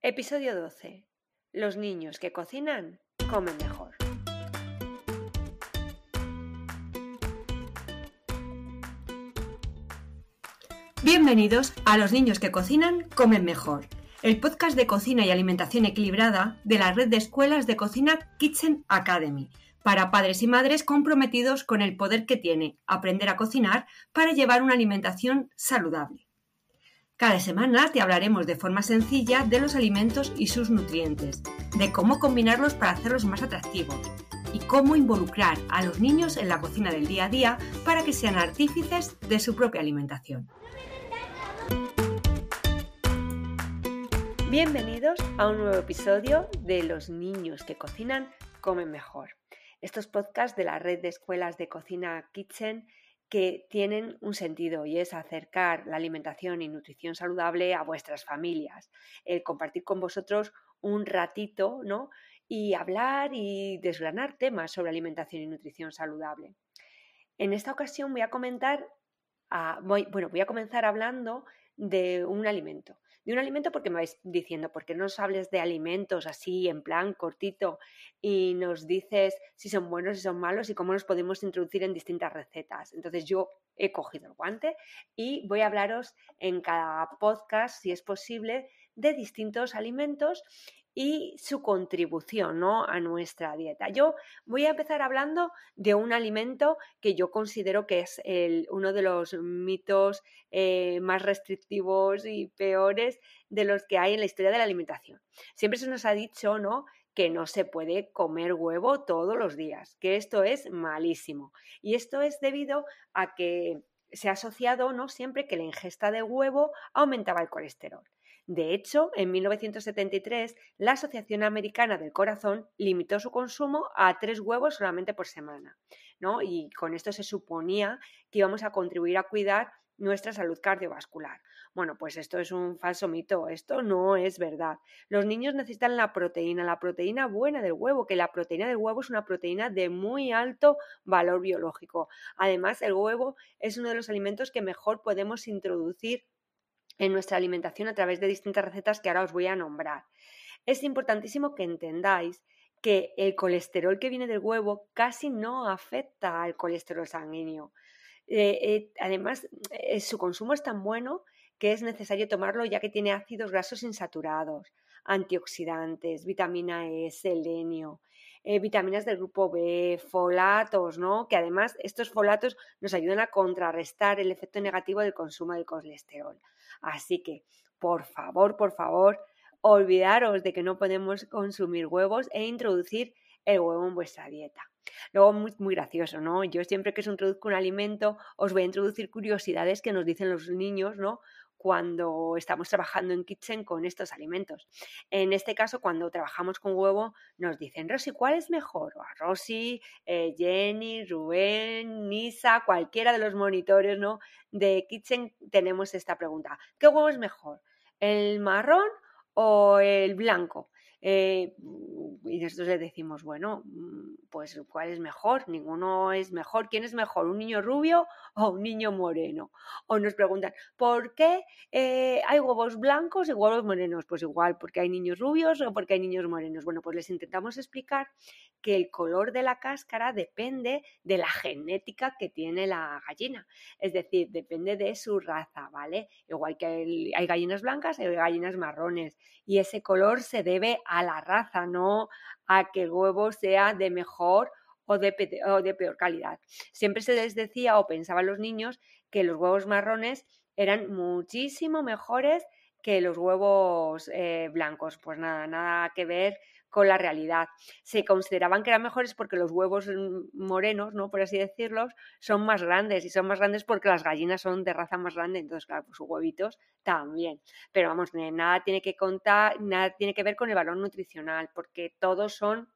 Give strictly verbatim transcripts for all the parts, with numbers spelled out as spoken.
Episodio doce. Los niños que cocinan comen mejor. Bienvenidos a Los niños que cocinan comen mejor, el podcast de cocina y alimentación equilibrada de la red de escuelas de cocina Kitchen Academy, para padres y madres comprometidos con el poder que tiene aprender a cocinar para llevar una alimentación saludable. Cada semana te hablaremos de forma sencilla de los alimentos y sus nutrientes, de cómo combinarlos para hacerlos más atractivos y cómo involucrar a los niños en la cocina del día a día para que sean artífices de su propia alimentación. Bienvenidos a un nuevo episodio de Los niños que cocinan comen mejor. Estos podcasts de la red de escuelas de cocina Kitchen que tienen un sentido y es acercar la alimentación y nutrición saludable a vuestras familias, el compartir con vosotros un ratito, ¿no? Y hablar y desgranar temas sobre alimentación y nutrición saludable. En esta ocasión voy a comentar, a, voy, bueno, voy a comenzar hablando de un alimento. De un alimento porque me vais diciendo, ¿por qué no nos hables de alimentos así en plan cortito y nos dices si son buenos, si son malos y cómo los podemos introducir en distintas recetas? Entonces yo he cogido el guante y voy a hablaros en cada podcast, si es posible, de distintos alimentos y su contribución, ¿no?, a nuestra dieta. Yo voy a empezar hablando de un alimento que yo considero que es el, uno de los mitos eh, más restrictivos y peores de los que hay en la historia de la alimentación. Siempre se nos ha dicho, ¿no?, que no se puede comer huevo todos los días, que esto es malísimo. Y esto es debido a que se ha asociado, ¿no?, siempre que la ingesta de huevo aumentaba el colesterol. De hecho, en mil novecientos setenta y tres, la Asociación Americana del Corazón limitó su consumo a tres huevos solamente por semana, ¿no? Y con esto se suponía que íbamos a contribuir a cuidar nuestra salud cardiovascular. Bueno, pues esto es un falso mito, esto no es verdad. Los niños necesitan la proteína, la proteína buena del huevo, que la proteína del huevo es una proteína de muy alto valor biológico. Además, el huevo es uno de los alimentos que mejor podemos introducir en nuestra alimentación a través de distintas recetas que ahora os voy a nombrar. Es importantísimo que entendáis que el colesterol que viene del huevo casi no afecta al colesterol sanguíneo. Eh, eh, además, eh, su consumo es tan bueno que es necesario tomarlo ya que tiene ácidos grasos insaturados, antioxidantes, vitamina E, selenio, eh, vitaminas del grupo B, folatos, ¿no? Que además estos folatos nos ayudan a contrarrestar el efecto negativo del consumo del colesterol. Así que, por favor, por favor, olvidaros de que no podemos consumir huevos e introducir el huevo en vuestra dieta. Luego, muy, muy gracioso, ¿no? Yo siempre que os introduzco un alimento, os voy a introducir curiosidades que nos dicen los niños, ¿no?, cuando estamos trabajando en Kitchen con estos alimentos. En este caso, cuando trabajamos con huevo, nos dicen, Rosy, ¿cuál es mejor? O a Rosy, eh, Jenny, Rubén, Nisa, cualquiera de los monitores, ¿no?, de Kitchen tenemos esta pregunta. ¿Qué huevo es mejor? ¿El marrón o el blanco? Eh, y nosotros le decimos, bueno, pues ¿cuál es mejor? Ninguno es mejor. ¿Quién es mejor? ¿Un niño rubio o un niño moreno? O nos preguntan, ¿por qué eh, hay huevos blancos y huevos morenos? Pues igual, porque hay niños rubios o porque hay niños morenos. Bueno, pues les intentamos explicar que el color de la cáscara depende de la genética que tiene la gallina. Es decir, depende de su raza, ¿vale? Igual que hay, hay gallinas blancas, hay gallinas marrones. Y ese color se debe a la raza, no a que el huevo sea de mejor o de, pe- o de peor calidad. Siempre se les decía o pensaban los niños que los huevos marrones eran muchísimo mejores que los huevos eh, blancos. Pues nada, nada que ver con la realidad. Se consideraban que eran mejores porque los huevos morenos, ¿no?, por así decirlos, son más grandes y son más grandes porque las gallinas son de raza más grande, entonces claro, pues sus huevitos también. Pero vamos, nada tiene que contar, nada tiene que ver con el valor nutricional, porque todos son,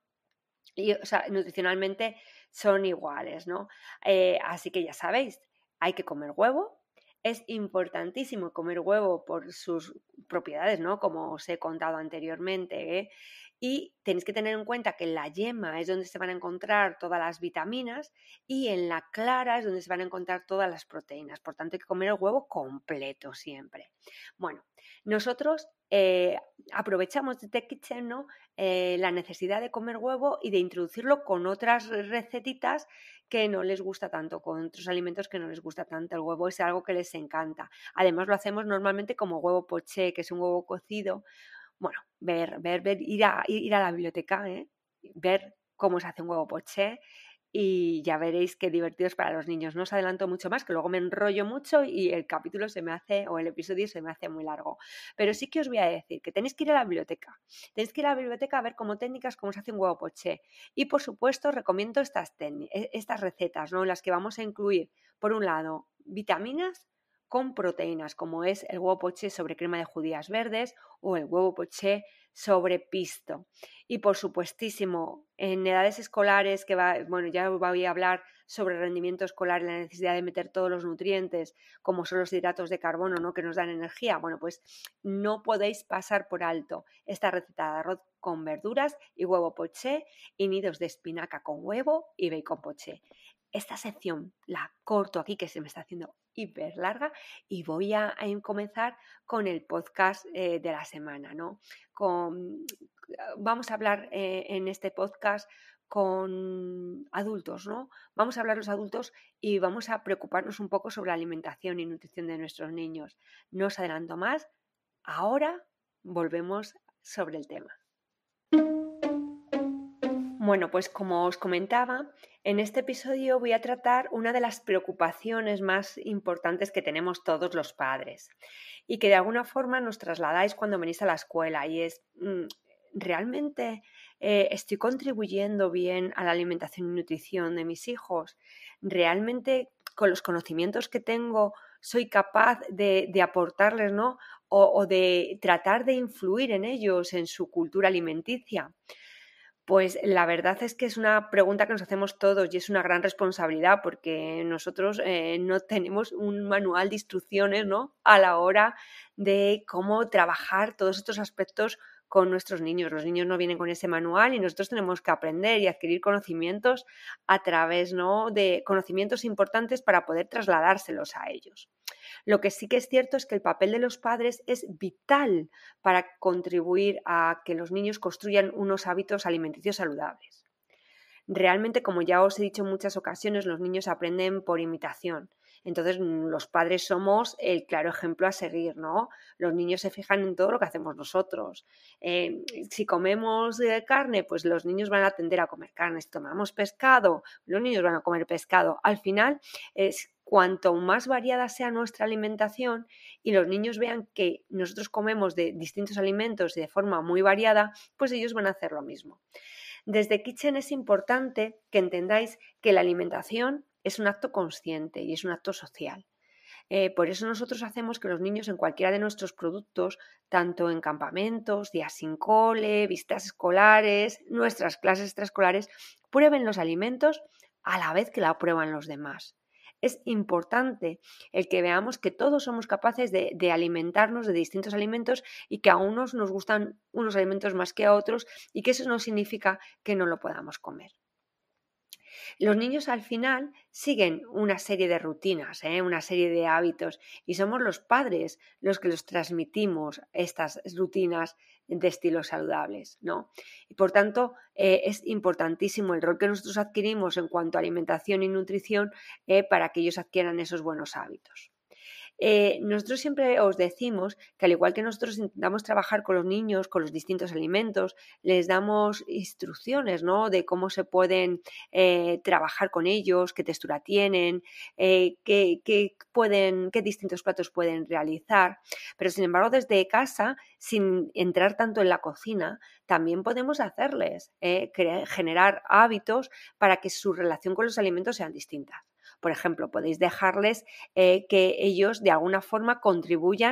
y, o sea, nutricionalmente son iguales, ¿no? Eh, así que ya sabéis, hay que comer huevo, Es importantísimo comer huevo por sus propiedades, ¿no? Como os he contado anteriormente, ¿eh? Y tenéis que tener en cuenta que en la yema es donde se van a encontrar todas las vitaminas y en la clara es donde se van a encontrar todas las proteínas. Por tanto, hay que comer el huevo completo siempre. Bueno, nosotros eh, aprovechamos de The Kitchen, ¿no? eh, la necesidad de comer huevo y de introducirlo con otras recetitas que no les gusta tanto, con otros alimentos que no les gusta tanto. El huevo es algo que les encanta. Además, lo hacemos normalmente como huevo poché, que es un huevo cocido. Bueno, ver, ver, ver, ir a, ir a la biblioteca, ¿eh? Ver cómo se hace un huevo poché y ya veréis qué divertido es para los niños. No os adelanto mucho más, que luego me enrollo mucho y el capítulo se me hace, o el episodio se me hace muy largo. Pero sí que os voy a decir que tenéis que ir a la biblioteca. Tenéis que ir a la biblioteca a ver como técnicas cómo se hace un huevo poché. Y por supuesto, recomiendo estas, estas recetas, ¿no? En las que vamos a incluir, por un lado, vitaminas con proteínas, como es el huevo poché sobre crema de judías verdes o el huevo poché sobre pisto. Y por supuestísimo, en edades escolares, que va, bueno, ya voy a hablar sobre rendimiento escolar y la necesidad de meter todos los nutrientes, como son los hidratos de carbono, ¿no? Que nos dan energía. Bueno, pues no podéis pasar por alto esta receta de arroz con verduras y huevo poché y nidos de espinaca con huevo y bacon poché. Esta sección la corto aquí, que se me está haciendo hiper larga, y voy a, a comenzar con el podcast eh, de la semana, ¿no? Con, vamos a hablar eh, en este podcast con adultos, ¿no? Vamos a hablar los adultos y vamos a preocuparnos un poco sobre la alimentación y nutrición de nuestros niños. No os adelanto más, ahora volvemos sobre el tema. Bueno, pues como os comentaba, en este episodio voy a tratar una de las preocupaciones más importantes que tenemos todos los padres y que de alguna forma nos trasladáis cuando venís a la escuela, y es, ¿realmente eh, estoy contribuyendo bien a la alimentación y nutrición de mis hijos? ¿Realmente con los conocimientos que tengo soy capaz de, de aportarles, ¿no? O, o de tratar de influir en ellos, en su cultura alimenticia? Pues la verdad es que es una pregunta que nos hacemos todos y es una gran responsabilidad, porque nosotros eh, no tenemos un manual de instrucciones, ¿no? A la hora de cómo trabajar todos estos aspectos con nuestros niños. Los niños no vienen con ese manual y nosotros tenemos que aprender y adquirir conocimientos a través, ¿no? de conocimientos importantes para poder trasladárselos a ellos. Lo que sí que es cierto es que el papel de los padres es vital para contribuir a que los niños construyan unos hábitos alimenticios saludables. Realmente, como ya os he dicho en muchas ocasiones, los niños aprenden por imitación. Entonces, los padres somos el claro ejemplo a seguir, ¿no? Los niños se fijan en todo lo que hacemos nosotros. Eh, si comemos eh, carne, pues los niños van a tender a comer carne. Si tomamos pescado, los niños van a comer pescado. Al final, es cuanto más variada sea nuestra alimentación y los niños vean que nosotros comemos de distintos alimentos y de forma muy variada, pues ellos van a hacer lo mismo. Desde Kitchen es importante que entendáis que la alimentación es un acto consciente y es un acto social. Eh, por eso nosotros hacemos que los niños en cualquiera de nuestros productos, tanto en campamentos, días sin cole, visitas escolares, nuestras clases extraescolares, prueben los alimentos a la vez que la prueban los demás. Es importante el que veamos que todos somos capaces de, de alimentarnos de distintos alimentos y que a unos nos gustan unos alimentos más que a otros, y que eso no significa que no lo podamos comer. Los niños al final siguen una serie de rutinas, ¿eh? una serie de hábitos, y somos los padres los que los transmitimos estas rutinas de estilos saludables, ¿no? Y por tanto, eh, es importantísimo el rol que nosotros adquirimos en cuanto a alimentación y nutrición eh, para que ellos adquieran esos buenos hábitos. Eh, nosotros siempre os decimos que, al igual que nosotros intentamos trabajar con los niños con los distintos alimentos, les damos instrucciones, ¿no? de cómo se pueden eh, trabajar con ellos, qué textura tienen, eh, qué, qué, pueden, qué distintos platos pueden realizar. Pero sin embargo, desde casa, sin entrar tanto en la cocina, también podemos hacerles eh, crear, generar hábitos para que su relación con los alimentos sean distintas. Por ejemplo, podéis dejarles eh, que ellos de alguna forma contribuyan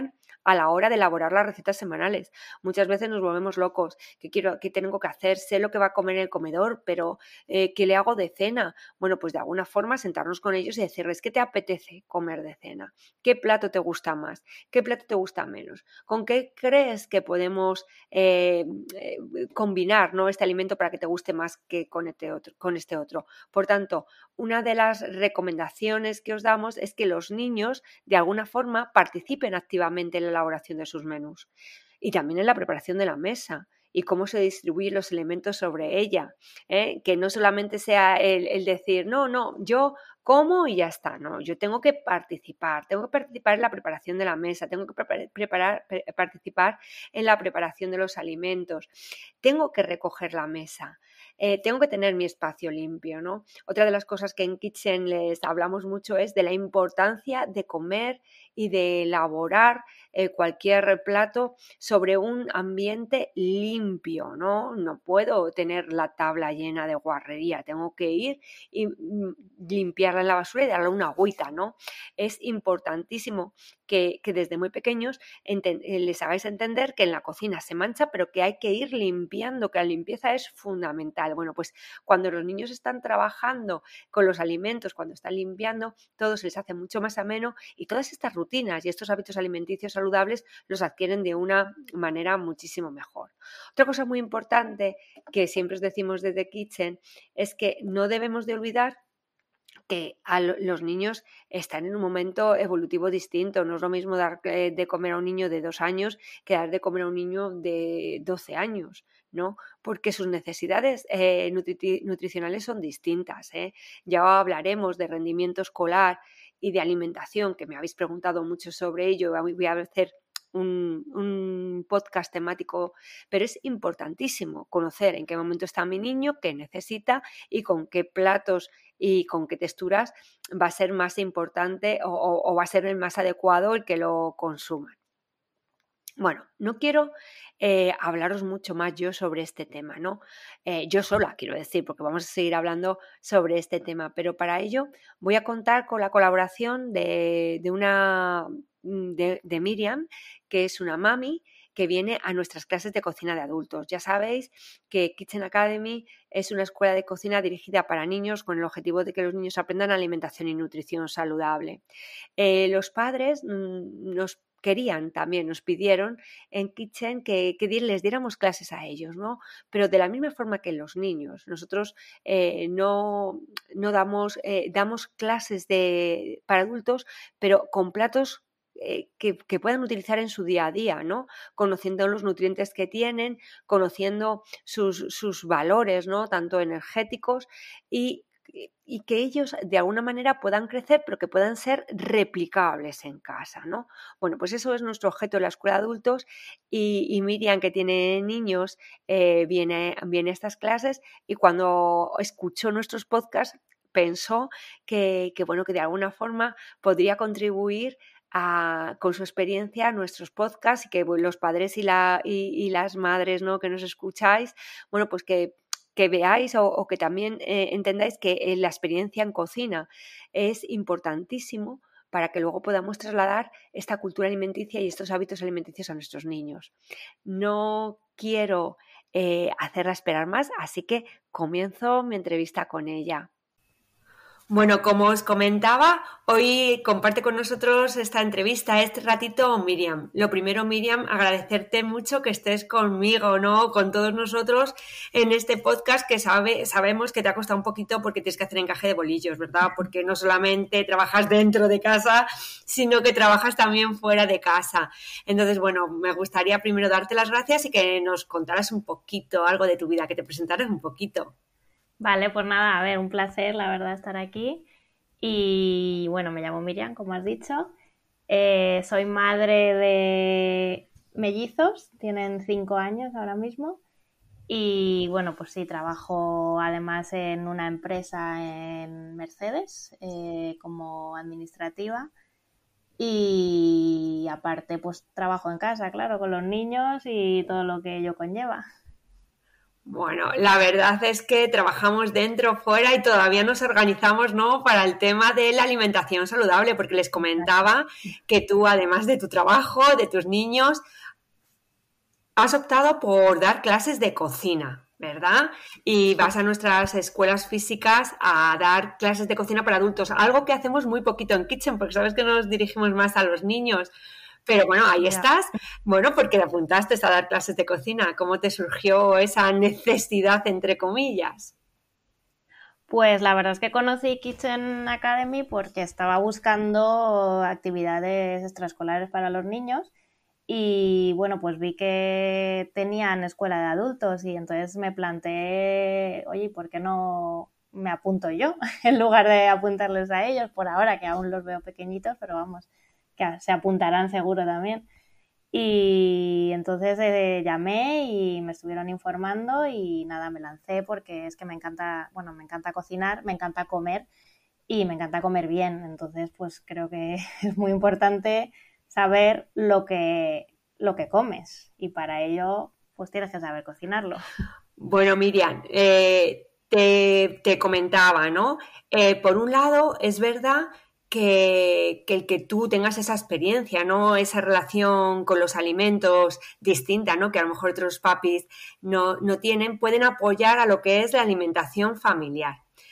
a la hora de elaborar las recetas semanales. Muchas veces nos volvemos locos. ¿Qué quiero, qué tengo que hacer? Sé lo que va a comer en el comedor, pero eh, ¿qué le hago de cena? Bueno, pues de alguna forma sentarnos con ellos y decirles ¿qué te apetece comer de cena? ¿Qué plato te gusta más? ¿Qué plato te gusta menos? ¿Con qué crees que podemos eh, eh, combinar, ¿no?, este alimento para que te guste más que con este otro? Con este otro? Por tanto, una de las recomendaciones que os damos es que los niños de alguna forma participen activamente en la elaboración de sus menús y también en la preparación de la mesa y cómo se distribuyen los elementos sobre ella, ¿eh? Que no solamente sea el, el decir, no, no, yo como y ya está, no, yo tengo que participar, tengo que participar en la preparación de la mesa, tengo que preparar, preparar, pre- participar en la preparación de los alimentos, tengo que recoger la mesa. Eh, tengo que tener mi espacio limpio, ¿no? Otra de las cosas que en Kitchen les hablamos mucho es de la importancia de comer y de elaborar eh, cualquier plato sobre un ambiente limpio, ¿no? No puedo tener la tabla llena de guarrería, tengo que ir y mm, limpiarla en la basura y darle una agüita, ¿no? Es importantísimo que, que desde muy pequeños enten- les hagáis entender que en la cocina se mancha, pero que hay que ir limpiando, que la limpieza es fundamental. Bueno, pues cuando los niños están trabajando con los alimentos, cuando están limpiando, todo se les hace mucho más ameno y todas estas rutinas y estos hábitos alimenticios saludables los adquieren de una manera muchísimo mejor. Otra cosa muy importante que siempre os decimos desde Kitchen es que no debemos de olvidar que a los niños están en un momento evolutivo distinto. No es lo mismo dar eh, de comer a un niño de dos años que dar de comer a un niño de doce años, ¿no? Porque sus necesidades eh, nutri- nutricionales son distintas, ¿eh? Ya hablaremos de rendimiento escolar y de alimentación, que me habéis preguntado mucho sobre ello. Voy a hacer un, un podcast temático, pero es importantísimo conocer en qué momento está mi niño, qué necesita y con qué platos y con qué texturas va a ser más importante o, o, o va a ser el más adecuado el que lo consuman. Bueno, no quiero eh, hablaros mucho más yo sobre este tema, ¿no? Eh, yo sola, quiero decir, porque vamos a seguir hablando sobre este tema, pero para ello voy a contar con la colaboración de, de una de, de Miriam, que es una mami que viene a nuestras clases de cocina de adultos. Ya sabéis que Kitchen Academy es una escuela de cocina dirigida para niños con el objetivo de que los niños aprendan alimentación y nutrición saludable. Eh, los padres mmm, nos querían también, nos pidieron en Kitchen que, que les diéramos clases a ellos, ¿no? Pero de la misma forma que los niños. Nosotros eh, no, no damos, eh, damos clases de, para adultos, pero con platos eh, que, que puedan utilizar en su día a día, ¿no? Conociendo los nutrientes que tienen, conociendo sus, sus valores, ¿no? Tanto energéticos y y que ellos de alguna manera puedan crecer, pero que puedan ser replicables en casa, ¿no? Bueno, pues eso es nuestro objeto en la escuela de adultos y, y Miriam, que tiene niños, eh, viene, viene a estas clases y cuando escuchó nuestros podcasts pensó que, que, bueno, que de alguna forma podría contribuir a, con su experiencia a nuestros podcasts y que bueno, los padres y, la, y, y las madres, ¿no?, que nos escucháis, bueno, pues que que veáis o, o que también eh, entendáis que eh, la experiencia en cocina es importantísimo para que luego podamos trasladar esta cultura alimenticia y estos hábitos alimenticios a nuestros niños. No quiero eh, hacerla esperar más, así que comienzo mi entrevista con ella. Bueno, como os comentaba, hoy comparte con nosotros esta entrevista, este ratito, Miriam. Lo primero, Miriam, agradecerte mucho que estés conmigo, ¿no? Con todos nosotros en este podcast que sabe, sabemos que te ha costado un poquito porque tienes que hacer encaje de bolillos, ¿verdad? Porque no solamente trabajas dentro de casa, sino que trabajas también fuera de casa. Entonces, bueno, me gustaría primero darte las gracias y que nos contaras un poquito algo de tu vida, que te presentaras un poquito. Vale, pues nada, a ver, un placer, la verdad, estar aquí. Y bueno, me llamo Miriam, como has dicho. Eh, soy madre de mellizos, tienen cinco años ahora mismo. Y bueno, pues sí, trabajo además en una empresa en Mercedes eh, como administrativa. Y aparte, pues trabajo en casa, claro, con los niños y todo lo que ello conlleva. Bueno, la verdad es que trabajamos dentro, fuera y todavía nos organizamos, ¿no?, para el tema de la alimentación saludable, porque les comentaba que tú, además de tu trabajo, de tus niños, has optado por dar clases de cocina, ¿verdad? Y vas a nuestras escuelas físicas a dar clases de cocina para adultos, algo que hacemos muy poquito en Kitchen, porque sabes que nos dirigimos más a los niños. Pero bueno, ahí Ya. estás. Bueno, porque te apuntaste a dar clases de cocina. ¿Cómo te surgió esa necesidad, entre comillas? Pues la verdad es que conocí Kitchen Academy porque estaba buscando actividades extraescolares para los niños y bueno, pues vi que tenían escuela de adultos y entonces me planteé, oye, ¿por qué no me apunto yo en lugar de apuntarles a ellos por ahora, que aún los veo pequeñitos, pero vamos, que se apuntarán seguro también? Y entonces eh, llamé y me estuvieron informando y nada, me lancé porque es que me encanta, bueno, me encanta cocinar, me encanta comer y me encanta comer bien. Entonces, pues creo que es muy importante saber lo que, lo que comes y para ello, pues tienes que saber cocinarlo. Bueno, Miriam, eh, te, te comentaba, ¿no? Eh, por un lado, es verdad que, que el que tú tengas esa experiencia, ¿no? Esa relación con los alimentos distinta, ¿no? Que a lo mejor otros papis no, no tienen, pueden apoyar a lo que es la alimentación familiar.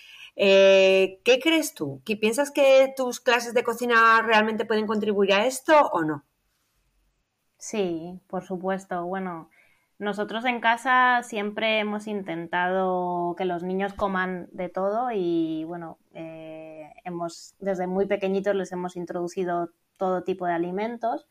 Eh, ¿qué crees tú? ¿Que piensas que tus clases de cocina realmente pueden contribuir a esto o no? Sí, por supuesto. Bueno, nosotros en casa siempre hemos intentado que los niños coman de todo y bueno, eh, hemos desde muy pequeñitos les hemos introducido todo tipo de alimentos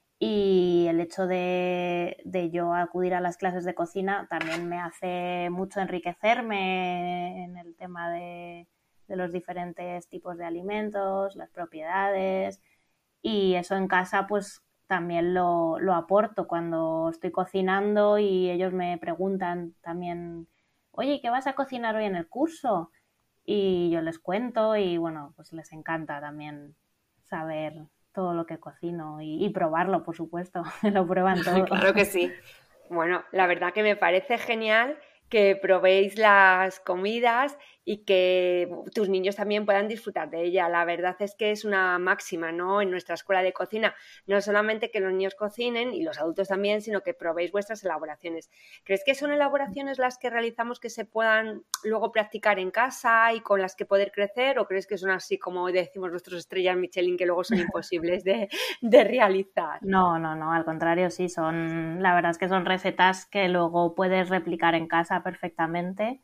y el hecho de, de yo acudir a las clases de cocina también me hace mucho enriquecerme en el tema de, de los diferentes tipos de alimentos, las propiedades y eso en casa pues también lo, lo aporto cuando estoy cocinando y ellos me preguntan también, oye, ¿qué vas a cocinar hoy en el curso? Y yo les cuento y bueno, pues les encanta también saber todo lo que cocino y, y probarlo, por supuesto, lo prueban todo. Claro que sí. Bueno, la verdad que me parece genial que probéis las comidas y que tus niños también puedan disfrutar de ella. La verdad es que es una máxima, ¿no? En nuestra escuela de cocina, no solamente que los niños cocinen y los adultos también, sino que probéis vuestras elaboraciones. ¿Crees que son elaboraciones las que realizamos que se puedan luego practicar en casa y con las que poder crecer? ¿O crees que son así como decimos nuestros estrellas Michelin, que luego son imposibles de, de realizar? No, no, no, al contrario, sí, son, la verdad es que son recetas que luego puedes replicar en casa perfectamente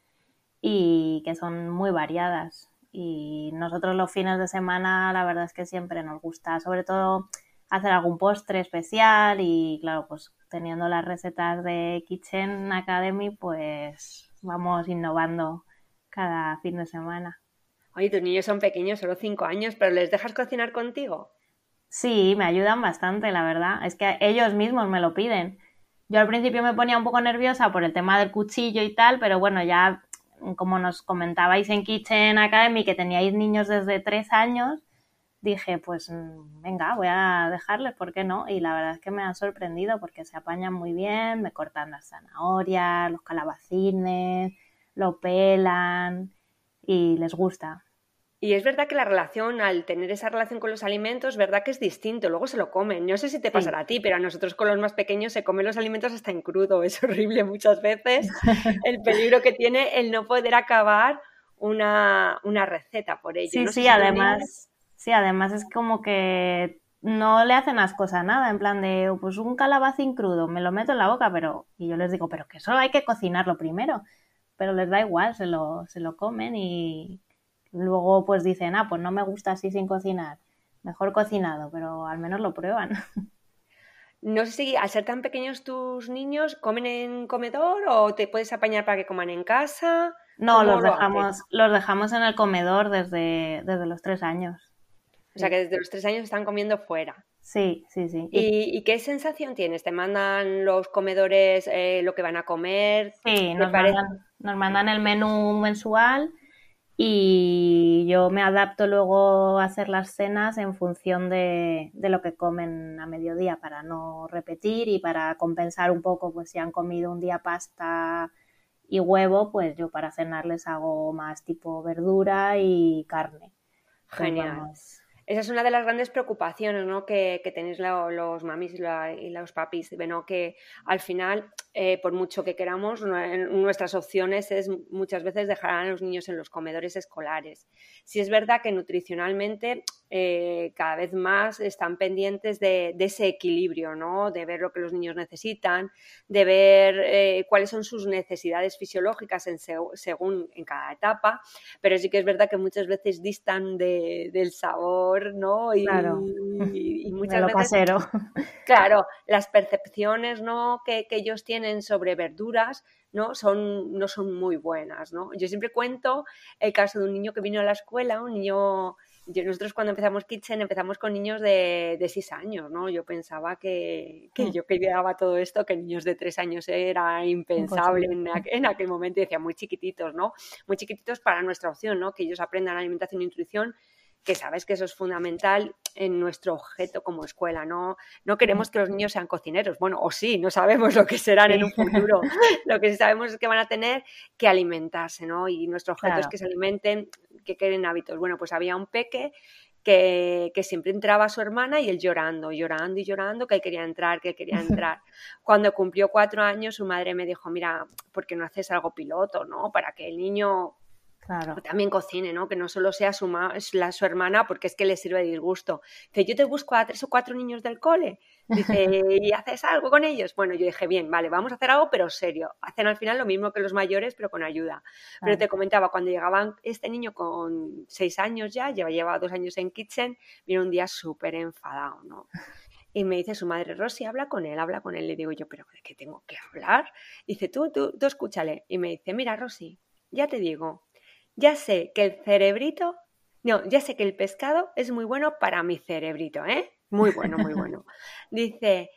y que son muy variadas. Y nosotros los fines de semana, la verdad es que siempre nos gusta, sobre todo hacer algún postre especial y claro, pues teniendo las recetas de Kitchen Academy, pues vamos innovando cada fin de semana. Oye, tus niños son pequeños, solo cinco años, pero ¿les dejas cocinar contigo? Sí, me ayudan bastante, la verdad. Es que ellos mismos me lo piden. Yo al principio me ponía un poco nerviosa por el tema del cuchillo y tal, pero bueno, ya como nos comentabais en Kitchen Academy que teníais niños desde tres años, dije, pues venga, voy a dejarles, ¿por qué no? Y la verdad es que me han sorprendido porque se apañan muy bien, me cortan las zanahorias, los calabacines, lo pelan y les gusta. Y es verdad que la relación, al tener esa relación con los alimentos, verdad que es distinto, luego se lo comen. No sé si te pasará Sí. a ti, pero a nosotros con los más pequeños se comen los alimentos hasta en crudo. Es horrible muchas veces el peligro que tiene el no poder acabar una, una receta por ello. Sí, No sé sí, si además, sí, además es como que no le hacen ascos a nada, en plan de, oh, pues un calabacín crudo, me lo meto en la boca, pero, y yo les digo, pero que solo hay que cocinarlo primero, pero les da igual, se lo, se lo comen y luego pues dicen, ah, pues no me gusta así sin cocinar, mejor cocinado, pero al menos lo prueban. No sé si al ser tan pequeños tus niños comen en comedor o te puedes apañar para que coman en casa. No, ¿Cómo los lo haces? dejamos, los dejamos en el comedor desde, desde los tres años. O sea que desde los tres años están comiendo fuera. Sí, sí, sí. Y ¿Y, y qué sensación tienes? ¿Te mandan los comedores eh, lo que van a comer? sí, ¿Te nos parece? mandan, nos mandan el menú mensual y yo me adapto luego a hacer las cenas en función de, de lo que comen a mediodía para no repetir y para compensar un poco, pues si han comido un día pasta Y huevo, pues yo para cenar les hago más tipo verdura y carne. Genial. Vamos. Esa es una de las grandes preocupaciones, ¿no? que, que tenéis lo, los mamis y, la, y los papis, ¿no? Que al final, eh, por mucho que queramos, no, nuestras opciones es muchas veces dejar a los niños en los comedores escolares. Sí es verdad que nutricionalmente eh, cada vez más están pendientes de, de ese equilibrio, ¿no? De ver lo que los niños necesitan, de ver eh, cuáles son sus necesidades fisiológicas en seg- según en cada etapa, pero sí que es verdad que muchas veces distan de, del sabor, ¿no? Y, Claro, y, y muchas de lo veces, casero. claro, las percepciones, ¿no? que, que ellos tienen sobre verduras, ¿no? Son, no son muy buenas, ¿no? Yo siempre cuento el caso de un niño que vino a la escuela, un niño... Yo, nosotros cuando empezamos Kitchen empezamos con niños de, de seis años, ¿no? Yo pensaba que, que yo que ideaba todo esto, que niños de tres años era impensable en, aqu- en aquel momento, y decía muy chiquititos, ¿no? Muy chiquititos para nuestra opción, ¿no? Que ellos aprendan alimentación y nutrición, que sabes que eso es fundamental en nuestro objeto como escuela, ¿no? No queremos que los niños sean cocineros, bueno, o sí, no sabemos lo que serán Sí. en un futuro, lo que sí sabemos es que van a tener que alimentarse, ¿no? Y nuestro objeto Claro. es que se alimenten, que creen hábitos. Bueno, pues había un peque que, que siempre entraba a su hermana y él llorando, llorando y llorando, que él quería entrar, que él quería entrar. Cuando cumplió cuatro años, su madre me dijo, mira, ¿por qué no haces algo piloto, ¿no? Para que el niño... Claro. también cocine, ¿no? Que no solo sea su, ma- la, su hermana porque es que le sirve de disgusto. Dice, yo te busco a tres o cuatro niños del cole. Dice, ¿y haces algo con ellos? Bueno, yo dije, bien, vale, vamos a hacer algo, pero serio. Hacen al final lo mismo que los mayores, pero con ayuda. Claro. Pero te comentaba, cuando llegaba este niño con seis años ya, lleva, lleva dos años en Kitchen, vino un día súper enfadado, ¿no? Y me dice su madre, Rosy, habla con él, habla con él. Le digo yo, ¿pero de qué tengo que hablar? Dice, tú, tú, tú escúchale. Y me dice, mira, Rosy, ya te digo, ya sé que el cerebrito, no, ya sé que el pescado es muy bueno para mi cerebrito, ¿eh? Muy bueno, muy bueno. Dice,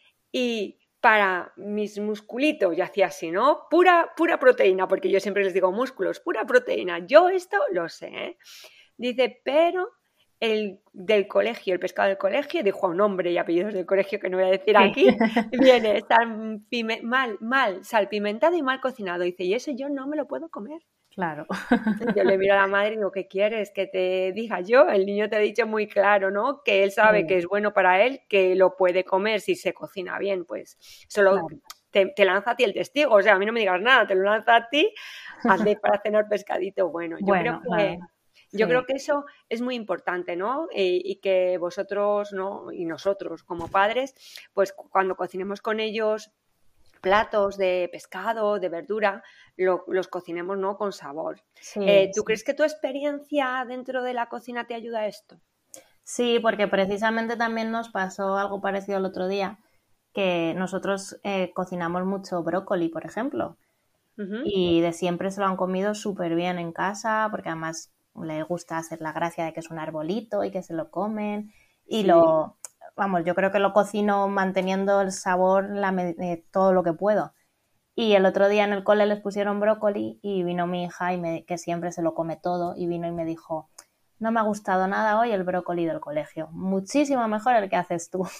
y para mis musculitos, yo hacía así, ¿no? Pura, pura proteína, porque yo siempre les digo músculos, pura proteína. Yo esto lo sé, ¿eh? Dice, pero el del colegio, el pescado del colegio, dijo a un nombre y apellidos del colegio que no voy a decir aquí, sí. Viene salpime, mal, mal salpimentado y mal cocinado. Dice, y eso yo no me lo puedo comer. Claro. Yo le miro a la madre y digo, ¿qué quieres que te diga yo? El niño te ha dicho muy claro, ¿no? Que él sabe sí. que es bueno para él, que lo puede comer si se cocina bien, pues solo claro. te, te lanza a ti el testigo, o sea, a mí no me digas nada, te lo lanza a ti, hazle para cenar pescadito bueno. Yo bueno, creo que... claro. Yo sí. creo que eso es muy importante, ¿no? Y, y que vosotros, ¿no? Y nosotros como padres, pues cuando cocinemos con ellos platos de pescado, de verdura, lo, los cocinemos, ¿no? Con sabor. Sí, eh, ¿Tú sí. crees que tu experiencia dentro de la cocina te ayuda a esto? Sí, porque precisamente también nos pasó algo parecido el otro día, que nosotros eh, cocinamos mucho brócoli, por ejemplo, uh-huh. y de siempre se lo han comido súper bien en casa, porque además les gusta hacer la gracia de que es un arbolito y que se lo comen, y sí. lo... Vamos, yo creo que lo cocino manteniendo el sabor la, eh, todo lo que puedo. Y el otro día en el cole les pusieron brócoli y vino mi hija, y me, que siempre se lo come todo, y vino y me dijo, no me ha gustado nada hoy el brócoli del colegio. Muchísimo mejor el que haces tú.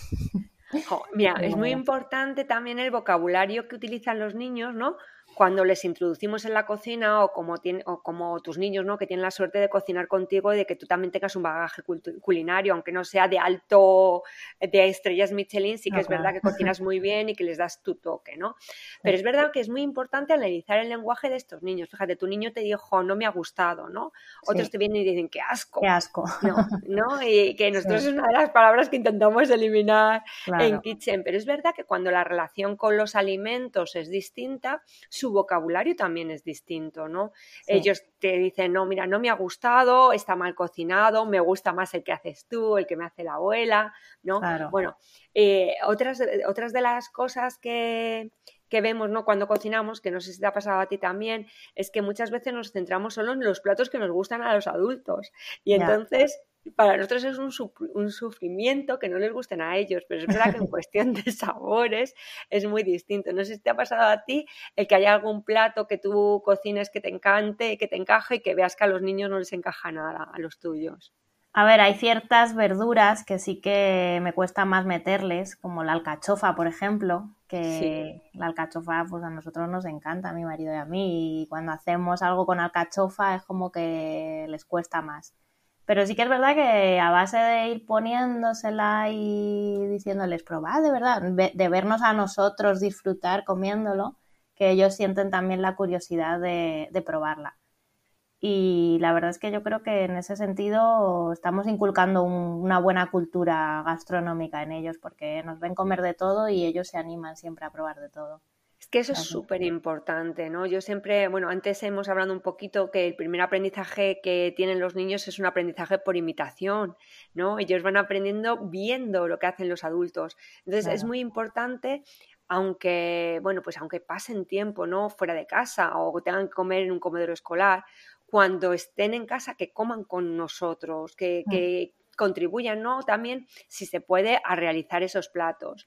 Oh, mira, es muy importante también el vocabulario que utilizan los niños, ¿no? Cuando les introducimos en la cocina o como, tiene, o como tus niños, ¿no? Que tienen la suerte de cocinar contigo y de que tú también tengas un bagaje culinario, aunque no sea de alto, de estrellas Michelin, sí que no, es claro. verdad que cocinas muy bien y que les das tu toque, ¿no? Pero sí. es verdad que es muy importante analizar el lenguaje de estos niños. Fíjate, tu niño te dijo, no me ha gustado, ¿no? Otros sí. te vienen y dicen, qué asco. Qué asco. No, ¿no? Y que nosotros sí. es una de las palabras que intentamos eliminar claro. en Kitchen. Pero es verdad que cuando la relación con los alimentos es distinta, su vocabulario también es distinto, ¿no? Sí. Ellos te dicen, no, mira, no me ha gustado, está mal cocinado, me gusta más el que haces tú, el que me hace la abuela, ¿no? Claro. Bueno, eh, otras, otras de las cosas que, que vemos, ¿no? Cuando cocinamos, que no sé si te ha pasado a ti también, es que muchas veces nos centramos solo en los platos que nos gustan a los adultos. Y yeah. entonces... para nosotros es un, un sufrimiento que no les gusten a ellos, pero es verdad que en cuestión de sabores es muy distinto. No sé si te ha pasado a ti el que haya algún plato que tú cocines que te encante, que te encaje y que veas que a los niños no les encaja nada, a los tuyos. A ver, hay ciertas verduras que sí que me cuesta más meterles, como la alcachofa, por ejemplo, que Sí. la alcachofa pues a nosotros nos encanta, a mi marido y a mí, y cuando hacemos algo con alcachofa es como que les cuesta más. Pero sí que es verdad que a base de ir poniéndosela y diciéndoles, probad, de verdad, de vernos a nosotros disfrutar comiéndolo, que ellos sienten también la curiosidad de, de probarla. Y la verdad es que yo creo que en ese sentido estamos inculcando un, una buena cultura gastronómica en ellos, porque nos ven comer de todo y ellos se animan siempre a probar de todo. Es que eso es Así. súper importante, ¿no? Yo siempre, bueno, antes hemos hablado un poquito que el primer aprendizaje que tienen los niños es un aprendizaje por imitación, ¿no? Ellos van aprendiendo viendo lo que hacen los adultos. Entonces es Claro. muy importante, aunque, bueno, pues aunque pasen tiempo, ¿no? Fuera de casa o tengan que comer en un comedor escolar, cuando estén en casa que coman con nosotros, que, Mm. que contribuyan, ¿no? También, si se puede, a realizar esos platos.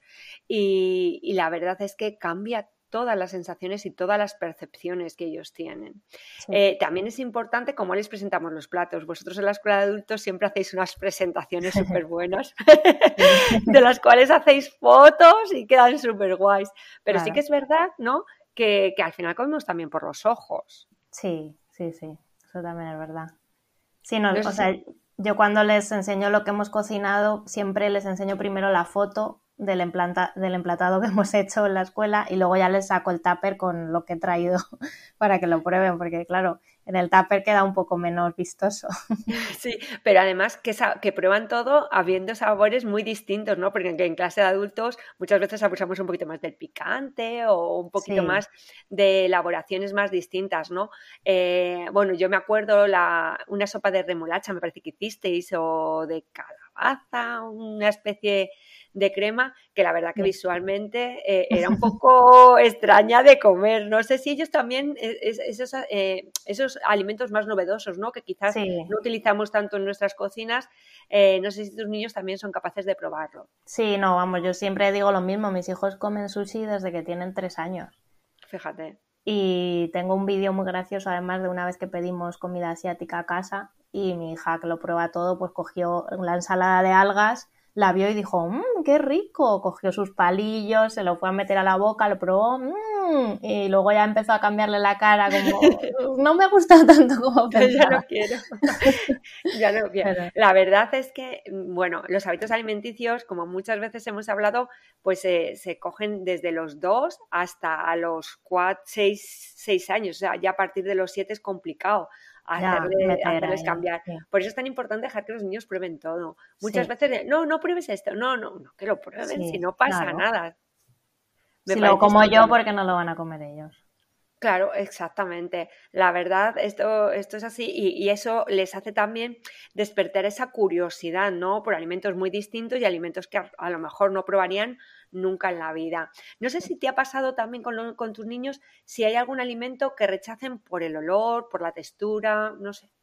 Y, y la verdad es que cambia todas las sensaciones y todas las percepciones que ellos tienen. Sí. Eh, también es importante cómo les presentamos los platos. Vosotros en la escuela de adultos siempre hacéis unas presentaciones súper buenas, de las cuales hacéis fotos y quedan súper guays. Pero Claro. sí que es verdad, ¿no? Que, que al final comemos también por los ojos. Sí, sí, sí, eso también es verdad. Sí, no, No o sé sea, si- yo cuando les enseño lo que hemos cocinado, siempre les enseño primero la foto del, emplanta, del emplatado que hemos hecho en la escuela y luego ya les saco el tupper con lo que he traído para que lo prueben, porque claro, en el tupper queda un poco menos vistoso. Sí, pero además que, sa- que prueban todo habiendo sabores muy distintos, ¿no? Porque en, en clase de adultos muchas veces abusamos un poquito más del picante o un poquito Sí, más de elaboraciones más distintas, ¿no? Eh, bueno, yo me acuerdo la, una sopa de remolacha, me parece que hicisteis, o de calabaza, una especie de crema que la verdad que sí. visualmente eh, era un poco extraña de comer. No sé si ellos también, eh, es- esos, eh, esos alimentos más novedosos, ¿no? Que quizás Sí, no utilizamos tanto en nuestras cocinas, eh, no sé si tus niños también son capaces de probarlo. sí, no, vamos, yo siempre digo lo mismo, mis hijos comen sushi desde que tienen tres años. Fíjate. Y tengo un vídeo muy gracioso, además, de una vez que pedimos comida asiática a casa y mi hija, que lo prueba todo, pues cogió la ensalada de algas, la vio y dijo, mmm, qué rico. Cogió sus palillos, se lo fue a meter a la boca, lo probó, mmm, y luego ya empezó a cambiarle la cara como, no me ha gustado tanto como Ya pensaba. no quiero. Ya no quiero. Pero, La verdad es que, bueno, los hábitos alimenticios, como muchas veces hemos hablado, pues eh, se cogen desde los dos hasta a los cuatro, seis, seis años. O sea, ya a partir de los siete es complicado ya, hacerle, meter hacerles ahí, cambiar. sí. Por eso es tan importante dejar que los niños prueben todo. Muchas Sí, veces, de, no, no pruebes esto. No, no, no, que lo prueben, si sí, no pasa claro. nada. Me Si lo parece como yo, estupendo. ¿por qué no lo van a comer ellos? Claro, exactamente. La verdad, esto, esto es así y, y eso les hace también despertar esa curiosidad, ¿no? Por alimentos muy distintos y alimentos que a, a lo mejor no probarían nunca en la vida. No sé si te ha pasado también con, lo- con tus niños, si hay algún alimento que rechacen por el olor, por la textura, no sé.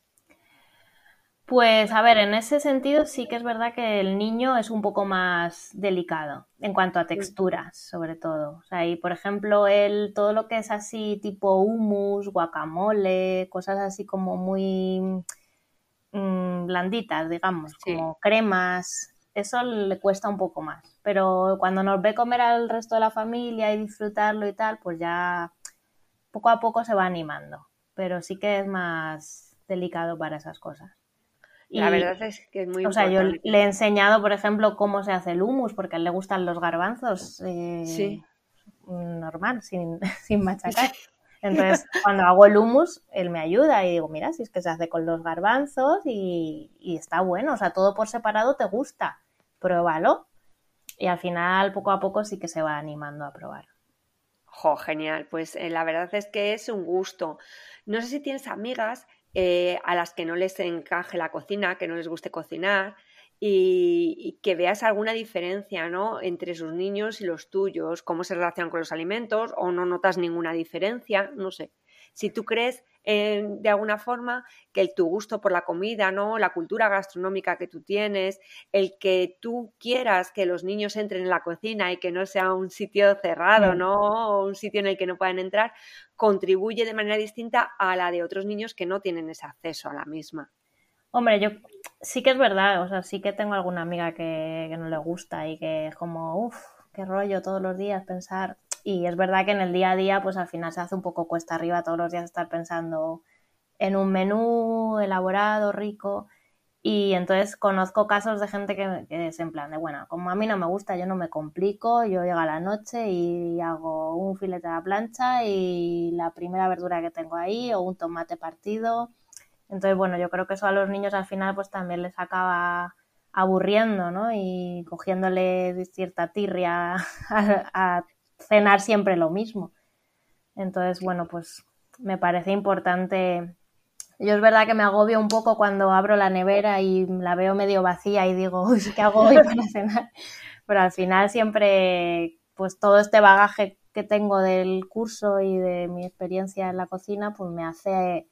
Pues a ver, en ese sentido sí que es verdad que el niño es un poco más delicado en cuanto a Mm, texturas, sobre todo. O sea, y por ejemplo, él, todo lo que es así tipo hummus, guacamole, cosas así como muy mm, blanditas, digamos, sí. como cremas, eso le cuesta un poco más. Pero cuando nos ve comer al resto de la familia y disfrutarlo y tal, pues ya poco a poco se va animando. Pero sí que es más delicado para esas cosas. La Y, verdad es que es muy o sea, yo importante. le he enseñado, por ejemplo, cómo se hace el hummus, porque a él le gustan los garbanzos eh, Sí. normal, sin, sin machacar. Sí. Entonces, cuando hago el hummus, él me ayuda y digo, mira, si es que se hace con los garbanzos y, y está bueno, o sea, todo por separado te gusta, pruébalo. Y al final, poco a poco, sí que se va animando a probar. Jo, genial. Pues eh, la verdad es que es un gusto. No sé si tienes amigas eh, a las que no les encaje la cocina, que no les guste cocinar y, y que veas alguna diferencia, ¿no? Entre sus niños y los tuyos, cómo se relacionan con los alimentos o no notas ninguna diferencia, no sé. Si tú crees eh, de alguna forma que el, tu gusto por la comida, ¿no? La cultura gastronómica que tú tienes, el que tú quieras que los niños entren en la cocina y que no sea un sitio cerrado, Mm. ¿no? O un sitio en el que no puedan entrar, contribuye de manera distinta a la de otros niños que no tienen ese acceso a la misma. Hombre, yo sí que es verdad, o sea, sí que tengo alguna amiga que, que no le gusta y que es como, uff, qué rollo todos los días pensar. Y es verdad que en el día a día, pues al final se hace un poco cuesta arriba todos los días estar pensando en un menú elaborado, rico. Y entonces conozco casos de gente que, que es en plan de, bueno, como a mí no me gusta, yo no me complico, yo llego a la noche y hago un filete a la plancha y la primera verdura que tengo ahí o un tomate partido. Entonces, bueno, yo creo que eso a los niños al final pues también les acaba aburriendo, ¿no? Y cogiéndole cierta tirria a, a cenar siempre lo mismo. Entonces, bueno, pues me parece importante. Yo es verdad que me agobio un poco cuando abro la nevera y la veo medio vacía y digo, uy, ¿qué hago hoy para cenar? Pero al final siempre, pues todo este bagaje que tengo del curso y de mi experiencia en la cocina, pues me hace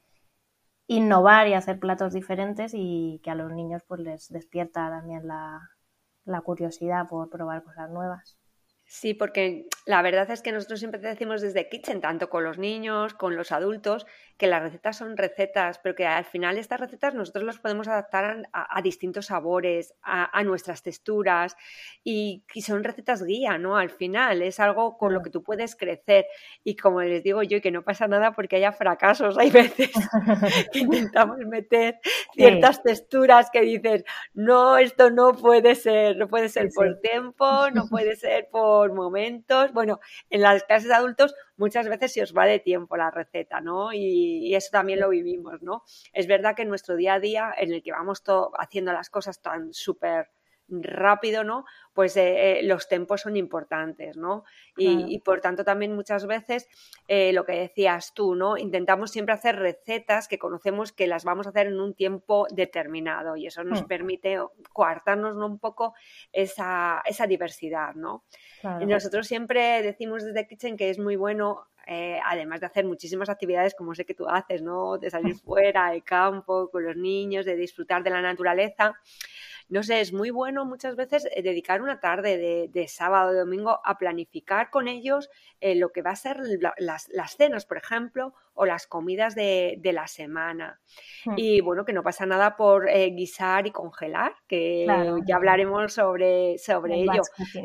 innovar y hacer platos diferentes y que a los niños pues les despierta también la, la curiosidad por probar cosas nuevas. Sí, porque la verdad es que nosotros siempre te decimos desde Kitchen, tanto con los niños, con los adultos, que las recetas son recetas, pero que al final estas recetas nosotros las podemos adaptar a, a distintos sabores, a, a nuestras texturas y, y son recetas guía, ¿no? Al final es algo con lo que tú puedes crecer y como les digo yo, que no pasa nada porque haya fracasos, hay veces que intentamos meter ciertas sí. texturas que dices, no, esto no puede ser, no puede ser sí, por sí. tiempo, no puede ser por momentos. Bueno, en las clases de adultos muchas veces se os va de tiempo la receta, ¿no? Y, y eso también lo vivimos, ¿no? Es verdad que en nuestro día a día, en el que vamos todo haciendo las cosas tan súper rápido, ¿no? Pues eh, eh, los tempos son importantes, ¿no? Y, claro. y por tanto también muchas veces eh, lo que decías tú, ¿no? Intentamos siempre hacer recetas que conocemos que las vamos a hacer en un tiempo determinado y eso nos mm. permite coartarnos, ¿no? un poco esa, esa diversidad, ¿no? Claro. Y nosotros siempre decimos desde Kitchen que es muy bueno, eh, además de hacer muchísimas actividades como sé que tú haces, ¿no? De salir fuera, de campo, con los niños, de disfrutar de la naturaleza. No sé, es muy bueno muchas veces eh, dedicar una tarde de, de sábado o domingo a planificar con ellos eh, lo que va a ser la, las, las cenas, por ejemplo, o las comidas de, de la semana. Mm. Y bueno, que no pasa nada por eh, guisar y congelar, que claro, ya hablaremos sobre, sobre ello.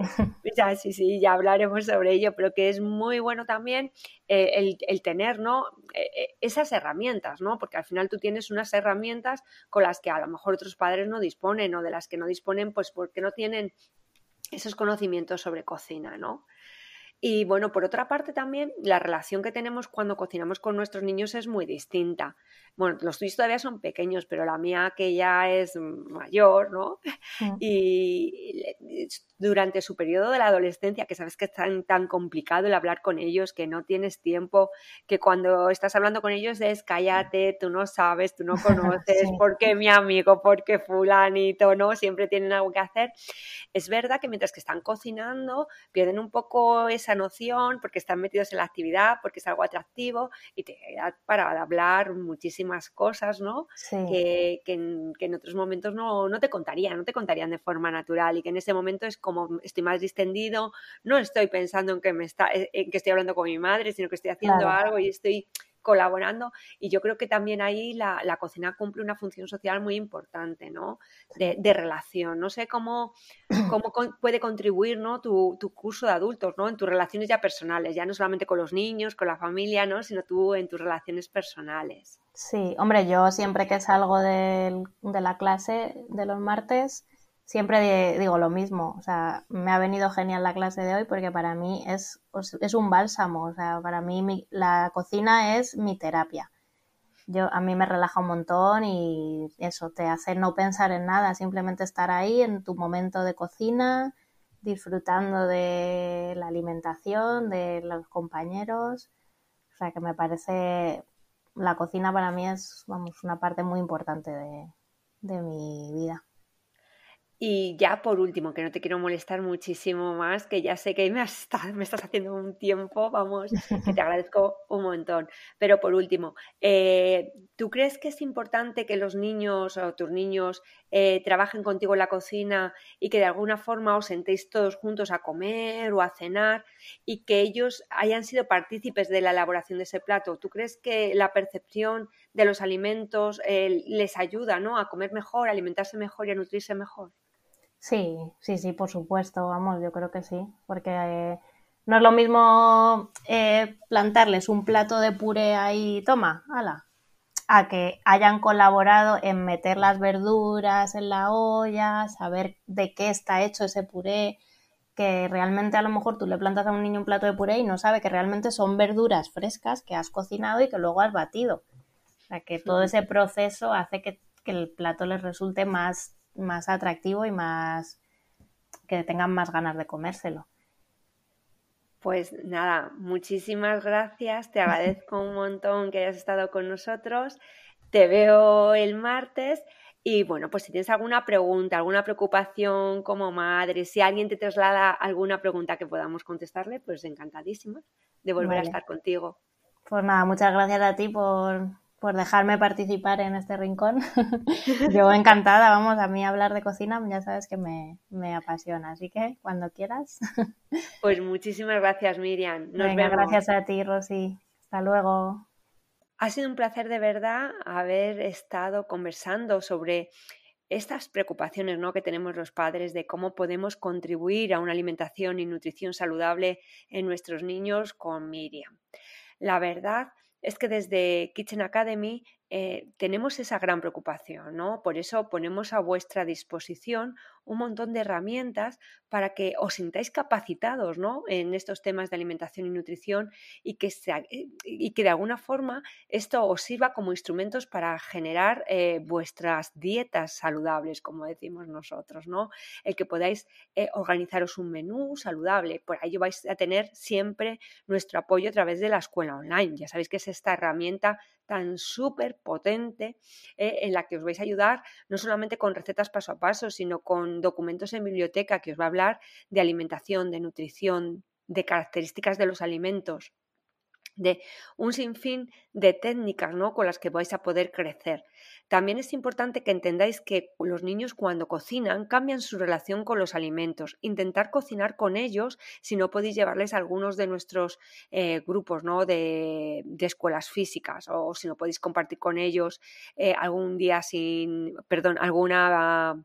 Ya, sí, sí, ya hablaremos sobre ello, pero que es muy bueno también eh, el, el tener, ¿no? Eh, esas herramientas, ¿no? Porque al final tú tienes unas herramientas con las que a lo mejor otros padres no disponen o de las que no disponen pues porque no tienen esos conocimientos sobre cocina, ¿no? Y bueno, por otra parte también la relación que tenemos cuando cocinamos con nuestros niños es muy distinta. Bueno, los tuyos todavía son pequeños, pero la mía que ya es mayor, ¿no? Mm. Y durante su periodo de la adolescencia, que sabes que es tan, tan complicado el hablar con ellos, que no tienes tiempo, que cuando estás hablando con ellos es cállate, tú no sabes, tú no conoces, sí. porque mi amigo, porque fulanito, ¿no? Siempre tienen algo que hacer. Es verdad que mientras que están cocinando pierden un poco esa noción porque están metidos en la actividad, porque es algo atractivo y te da para hablar muchísimas cosas, ¿no? Sí. Que, que, en, que en otros momentos no, no te contarían, no te contarían de forma natural y que en ese momento es como estoy más distendido, no estoy pensando en que, me está, en que estoy hablando con mi madre, sino que estoy haciendo claro. algo y estoy colaborando y yo creo que también ahí la, la cocina cumple una función social muy importante, ¿no? De, de relación. No sé cómo, cómo con, puede contribuir, ¿no? tu, tu curso de adultos, ¿no? En tus relaciones ya personales, ya no solamente con los niños, con la familia, ¿no? Sino tú en tus relaciones personales. Sí, hombre, yo siempre que salgo de, de la clase de los martes siempre digo lo mismo, o sea, me ha venido genial la clase de hoy porque para mí es, es un bálsamo, o sea, para mí mi, la cocina es mi terapia. Yo, a mí me relaja un montón y eso te hace no pensar en nada, simplemente estar ahí en tu momento de cocina, disfrutando de la alimentación, de los compañeros, o sea, que me parece, la cocina para mí es, vamos, una parte muy importante de, de mi vida. Y ya por último, que no te quiero molestar muchísimo más, que ya sé que me, has, me estás haciendo un tiempo, vamos, que te agradezco un montón. Pero por último, eh, ¿tú crees que es importante que los niños o tus niños eh, trabajen contigo en la cocina y que de alguna forma os sentéis todos juntos a comer o a cenar y que ellos hayan sido partícipes de la elaboración de ese plato? ¿Tú crees que la percepción de los alimentos eh, les ayuda, ¿no?, a comer mejor, a alimentarse mejor y a nutrirse mejor? Sí, sí, sí, por supuesto, vamos, yo creo que sí, porque eh, no es lo mismo eh, plantarles un plato de puré ahí, toma, ala, a que hayan colaborado en meter las verduras en la olla, saber de qué está hecho ese puré, que realmente a lo mejor tú le plantas a un niño un plato de puré y no sabe que realmente son verduras frescas que has cocinado y que luego has batido. O sea, que todo ese proceso hace que, que el plato les resulte más más atractivo y más que tengan más ganas de comérselo. Pues nada, muchísimas gracias, te agradezco un montón que hayas estado con nosotros, te veo el martes y bueno, pues si tienes alguna pregunta, alguna preocupación como madre, si alguien te traslada alguna pregunta que podamos contestarle, pues encantadísima de volver vale. a estar contigo. Pues nada, muchas gracias a ti por... por dejarme participar en este rincón. Yo encantada, vamos, a mí hablar de cocina ya sabes que me, me apasiona, así que cuando quieras. Pues muchísimas gracias, Miriam. Nos Venga, vemos. Gracias a ti, Rosy. Hasta luego. Ha sido un placer de verdad haber estado conversando sobre estas preocupaciones, ¿no?, que tenemos los padres de cómo podemos contribuir a una alimentación y nutrición saludable en nuestros niños con Miriam. La verdad es que desde Kitchen Academy eh, tenemos esa gran preocupación, ¿no? Por eso ponemos a vuestra disposición un montón de herramientas para que os sintáis capacitados, ¿no?, en estos temas de alimentación y nutrición y que, se, y que de alguna forma esto os sirva como instrumentos para generar eh, vuestras dietas saludables, como decimos nosotros, ¿no? El que podáis eh, organizaros un menú saludable. Por ello vais a tener siempre nuestro apoyo a través de la escuela online. Ya sabéis que es esta herramienta tan súper potente eh, en la que os vais a ayudar no solamente con recetas paso a paso, sino con documentos en biblioteca que os va a hablar de alimentación, de nutrición, de características de los alimentos, de un sinfín de técnicas, ¿no?, con las que vais a poder crecer. También es importante que entendáis que los niños cuando cocinan cambian su relación con los alimentos. Intentar cocinar con ellos si no podéis llevarles a algunos de nuestros eh, grupos, ¿no?, de, de escuelas físicas, o si no podéis compartir con ellos eh, algún día sin, perdón, alguna...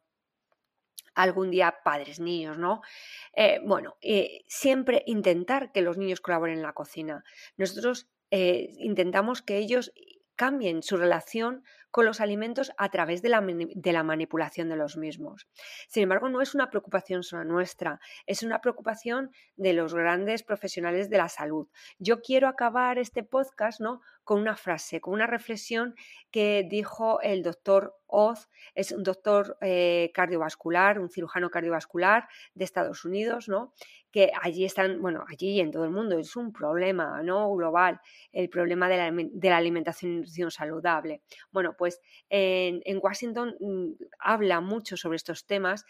algún día padres, niños, ¿no? Eh, bueno, eh, siempre intentar que los niños colaboren en la cocina. Nosotros eh, intentamos que ellos cambien su relación con los alimentos a través de la, de la manipulación de los mismos. Sin embargo, no es una preocupación solo nuestra, es una preocupación de los grandes profesionales de la salud. Yo quiero acabar este podcast, ¿no?, con una frase, con una reflexión que dijo el doctor Oz, es un doctor eh, cardiovascular, un cirujano cardiovascular de Estados Unidos, ¿no?, que allí están, bueno, allí y en todo el mundo es un problema, ¿no?, global, el problema de la, de la alimentación y nutrición saludable. Bueno, pues en, en Washington mmm, habla mucho sobre estos temas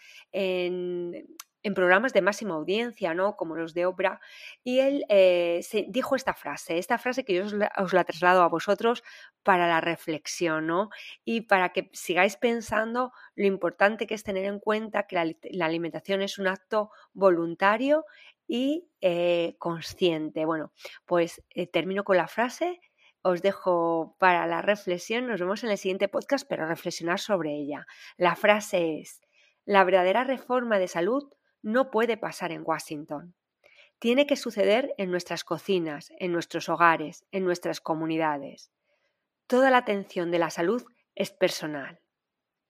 en, en programas de máxima audiencia, ¿no?, como los de Oprah, y él eh, se dijo esta frase, esta frase que yo os la, os la traslado a vosotros para la reflexión, ¿no?, y para que sigáis pensando lo importante que es tener en cuenta que la, la alimentación es un acto voluntario y eh, consciente. Bueno, pues eh, termino con la frase. Os dejo para la reflexión, nos vemos en el siguiente podcast, pero reflexionar sobre ella. La frase es: la verdadera reforma de salud no puede pasar en Washington. Tiene que suceder en nuestras cocinas, en nuestros hogares, en nuestras comunidades. Toda la atención de la salud es personal.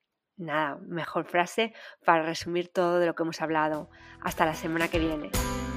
Nada, mejor frase para resumir todo de lo que hemos hablado. Hasta la semana que viene.